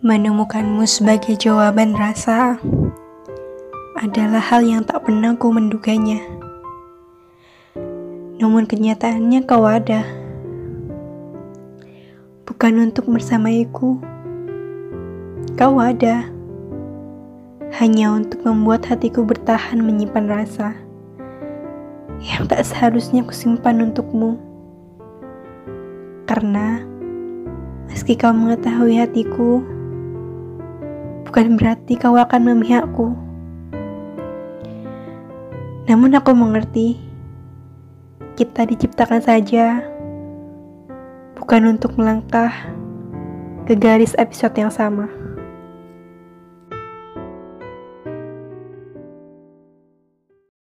Menemukanmu sebagai jawaban rasa adalah hal yang tak pernah ku menduganya. Namun kenyataannya kau ada. Bukan untuk bersamaiku, kau ada. Hanya untuk membuat hatiku bertahan menyimpan rasa yang tak seharusnya kusimpan untukmu. Karena meski kau mengetahui hatiku, bukan berarti kau akan memihakku. Namun aku mengerti, kita diciptakan saja bukan untuk melangkah ke garis episode yang sama.